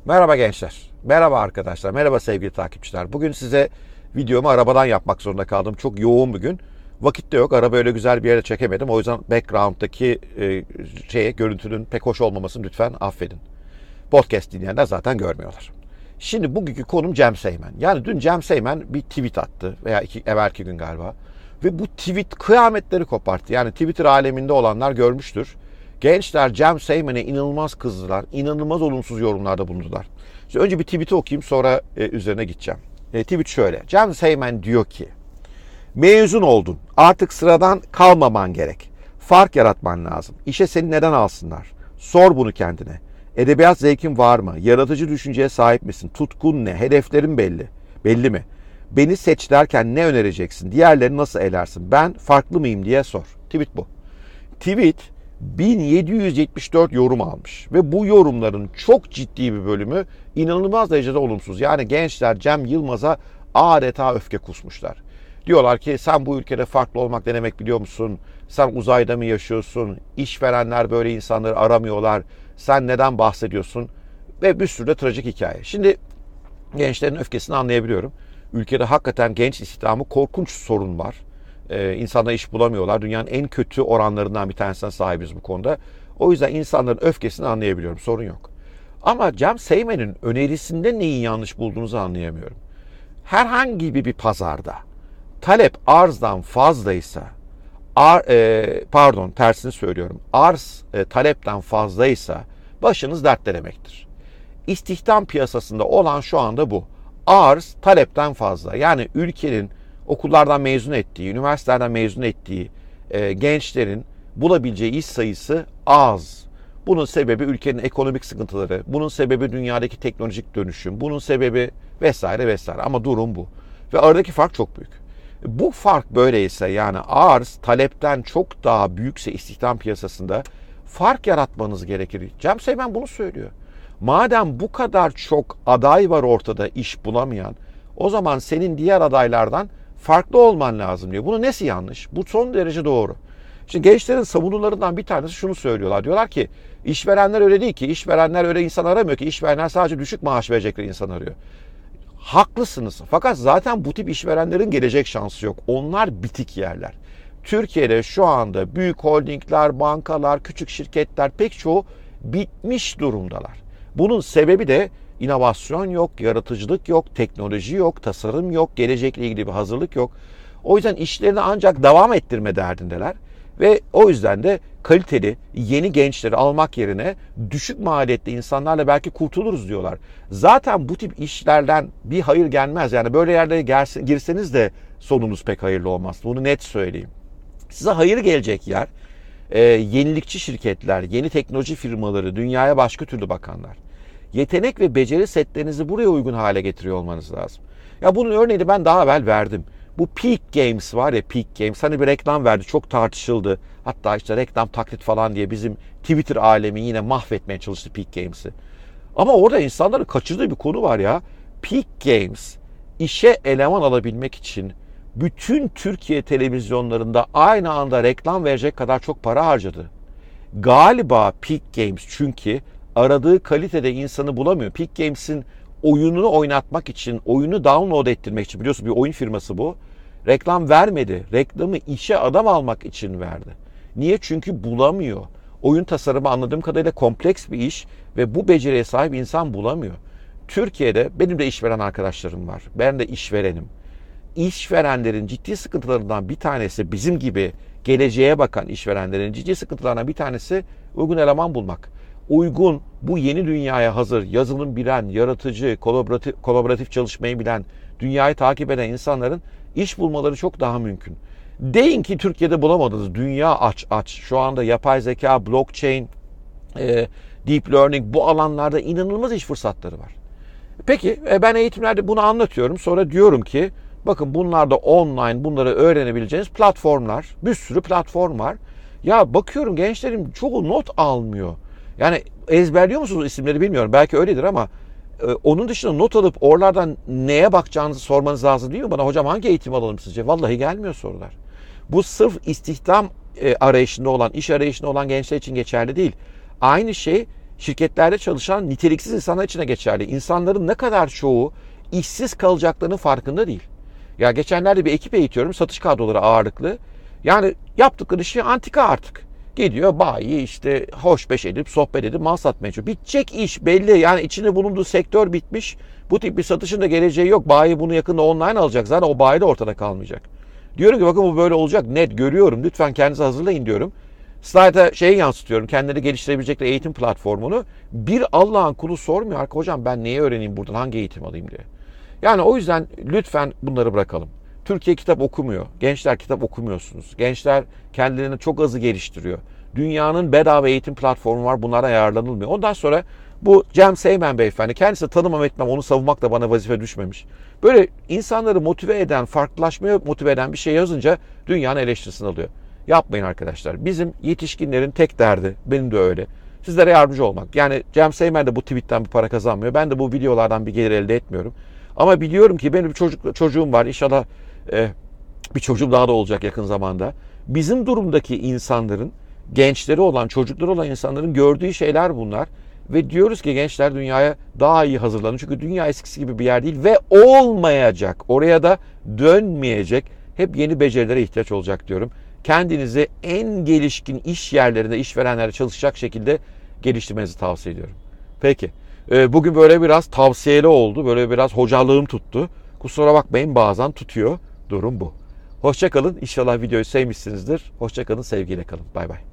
Merhaba gençler, merhaba arkadaşlar, merhaba sevgili takipçiler. Bugün size videomu arabadan yapmak zorunda kaldım. Çok yoğun bir gün. Vakit de yok. Araba öyle güzel bir yere çekemedim. O yüzden background'daki görüntünün pek hoş olmamasını lütfen affedin. Podcast dinleyenler zaten görmüyorlar. Şimdi bugünkü konum Cem Seymen. Yani dün Cem Seymen bir tweet attı veya evvelki gün galiba. Ve bu tweet kıyametleri koparttı. Yani Twitter aleminde olanlar görmüştür. Gençler Cem Seymen'e inanılmaz kızdılar. İnanılmaz olumsuz yorumlarda bulundular. İşte önce bir tweet'i okuyayım, sonra üzerine gideceğim. Tweet şöyle. Cem Seymen diyor ki, mezun oldun. Artık sıradan kalmaman gerek. Fark yaratman lazım. İşe seni neden alsınlar? Sor bunu kendine. Edebiyat zevkin var mı? Yaratıcı düşünceye sahip misin? Tutkun ne? Hedeflerin belli. Belli mi? Beni seç derken ne önereceksin? Diğerlerini nasıl elersin? Ben farklı mıyım diye sor. Tweet bu. Tweet 1774 yorum almış ve bu yorumların çok ciddi bir bölümü inanılmaz derecede olumsuz. Yani gençler Cem Yılmaz'a adeta öfke kusmuşlar. Diyorlar ki sen bu ülkede farklı olmak ne demek biliyor musun? Sen uzayda mı yaşıyorsun? İşverenler böyle insanları aramıyorlar. Sen neden bahsediyorsun? Ve bir sürü de trajik hikaye. Şimdi gençlerin öfkesini anlayabiliyorum. Ülkede hakikaten genç istihdamı korkunç sorun var. İnsanlar iş bulamıyorlar. Dünyanın en kötü oranlarından bir tanesine sahibiz bu konuda. O yüzden insanların öfkesini anlayabiliyorum. Sorun yok. Ama Cem Seymen'in önerisinde neyi yanlış bulduğunuzu anlayamıyorum. Herhangi bir pazarda talep arzdan fazlaysa, tersini söylüyorum. Arz talepten fazlaysa başınız dertte demektir. İstihdam piyasasında olan şu anda bu. Arz talepten fazla. Yani ülkenin okullardan mezun ettiği, üniversitelerden mezun ettiği gençlerin bulabileceği iş sayısı az. Bunun sebebi ülkenin ekonomik sıkıntıları, bunun sebebi dünyadaki teknolojik dönüşüm, bunun sebebi vesaire vesaire. Ama durum bu. Ve aradaki fark çok büyük. Bu fark böyleyse, yani arz talepten çok daha büyükse istihdam piyasasında fark yaratmanız gerekir. Cem Seymen bunu söylüyor. Madem bu kadar çok aday var ortada iş bulamayan, o zaman senin diğer adaylardan farklı olman lazım diyor. Bunun nesi yanlış? Bu son derece doğru. Şimdi gençlerin savunularından bir tanesi şunu söylüyorlar. Diyorlar ki işverenler öyle değil ki. İşverenler öyle insan aramıyor ki. İşverenler sadece düşük maaş verecekleri insan arıyor. Haklısınız. Fakat zaten bu tip işverenlerin gelecek şansı yok. Onlar bitik yerler. Türkiye'de şu anda büyük holdingler, bankalar, küçük şirketler pek çoğu bitmiş durumdalar. Bunun sebebi de inovasyon yok, yaratıcılık yok, teknoloji yok, tasarım yok, gelecekle ilgili bir hazırlık yok. O yüzden işlerini ancak devam ettirme derdindeler. Ve o yüzden de kaliteli yeni gençleri almak yerine düşük maliyetli insanlarla belki kurtuluruz diyorlar. Zaten bu tip işlerden bir hayır gelmez. Yani böyle yerlere girseniz de sonunuz pek hayırlı olmaz. Bunu net söyleyeyim. Size hayır gelecek yer yenilikçi şirketler, yeni teknoloji firmaları, dünyaya başka türlü bakanlar. Yetenek ve beceri setlerinizi buraya uygun hale getiriyor olmanız lazım. Ya bunun örneğini ben daha evvel verdim. Bu Peak Games var ya, Peak Games. Hani bir reklam verdi, çok tartışıldı. Hatta işte reklam taklit falan diye bizim Twitter alemi yine mahvetmeye çalıştı Peak Games'i. Ama orada insanların kaçırdığı bir konu var ya. Peak Games işe eleman alabilmek için bütün Türkiye televizyonlarında aynı anda reklam verecek kadar çok para harcadı. Galiba Peak Games çünkü aradığı kalitede insanı bulamıyor. Peak Games'in oyununu oynatmak için, oyunu download ettirmek için, biliyorsun bir oyun firması bu. Reklam vermedi. Reklamı işe adam almak için verdi. Niye? Çünkü bulamıyor. Oyun tasarımı anladığım kadarıyla kompleks bir iş ve bu beceriye sahip insan bulamıyor. Türkiye'de benim de işveren arkadaşlarım var. Ben de işverenim. İşverenlerin ciddi sıkıntılarından bir tanesi, bizim gibi geleceğe bakan işverenlerin ciddi sıkıntılarından bir tanesi uygun eleman bulmak. Uygun, bu yeni dünyaya hazır, yazılım bilen, yaratıcı, kolaboratif çalışmayı bilen, dünyayı takip eden insanların iş bulmaları çok daha mümkün. Deyin ki Türkiye'de bulamadınız. Dünya aç. Şu anda yapay zeka, blockchain, deep learning, bu alanlarda inanılmaz iş fırsatları var. Peki ben eğitimlerde bunu anlatıyorum. Sonra diyorum ki bakın bunlar da online, bunları öğrenebileceğiniz platformlar. Bir sürü platform var. Ya bakıyorum gençlerin çoğu not almıyor. Yani ezberliyor musunuz isimleri bilmiyorum. Belki öyledir ama onun dışında not alıp oralardan neye bakacağınızı sormanız lazım değil mi bana? Hocam hangi eğitim alalım sizce? Vallahi gelmiyor sorular. Bu sırf istihdam arayışında olan, iş arayışında olan gençler için geçerli değil. Aynı şey şirketlerde çalışan niteliksiz insanlar için de geçerli. İnsanların ne kadar çoğu işsiz kalacaklarının farkında değil. Ya geçenlerde bir ekip eğitiyorum, satış kadroları ağırlıklı. Yani yaptıkları şey antika artık. Gidiyor bayi işte hoşbeş edip sohbet edip mal satmaya çalışıyor. Bitecek iş belli, yani içinde bulunduğu sektör bitmiş. Bu tip bir satışın da geleceği yok. Bayi bunu yakında online alacak, zaten o bayi de ortada kalmayacak. Diyorum ki bakın bu böyle olacak, net görüyorum, lütfen kendinizi hazırlayın diyorum. Slide'a şeyi yansıtıyorum, kendileri geliştirebilecekleri eğitim platformunu. Bir Allah'ın kulu sormuyor arka, hocam ben neyi öğreneyim buradan, hangi eğitim alayım diye. Yani o yüzden lütfen bunları bırakalım. Türkiye kitap okumuyor. Gençler kitap okumuyorsunuz. Gençler kendilerini çok azı geliştiriyor. Dünyanın bedava eğitim platformu var. Bunlara ayarlanılmıyor. Ondan sonra bu Cem Seymen beyefendi, kendisi tanımam etmem, onu savunmak da bana vazife düşmemiş. Böyle insanları motive eden, farklılaşmaya motive eden bir şey yazınca dünyanın eleştirisini alıyor. Yapmayın arkadaşlar. Bizim yetişkinlerin tek derdi, benim de öyle, sizlere yardımcı olmak. Yani Cem Seymen de bu tweetten bir para kazanmıyor. Ben de bu videolardan bir gelir elde etmiyorum. Ama biliyorum ki benim bir çocuğum var. İnşallah bir çocuğum daha da olacak yakın zamanda. Bizim durumdaki insanların, gençleri olan, çocukları olan insanların gördüğü şeyler bunlar. Ve diyoruz ki gençler dünyaya daha iyi hazırlanın. Çünkü dünya eskisi gibi bir yer değil ve olmayacak. Oraya da dönmeyecek. Hep yeni becerilere ihtiyaç olacak diyorum. Kendinizi en gelişkin iş yerlerinde, işverenlerde çalışacak şekilde geliştirmenizi tavsiye ediyorum. Peki. Bugün böyle biraz tavsiyeli oldu. Böyle biraz hocalığım tuttu. Kusura bakmayın, bazen tutuyor. Durum bu. Hoşça kalın. İnşallah videoyu sevmişsinizdir. Hoşça kalın. Sevgiyle kalın. Bay bay.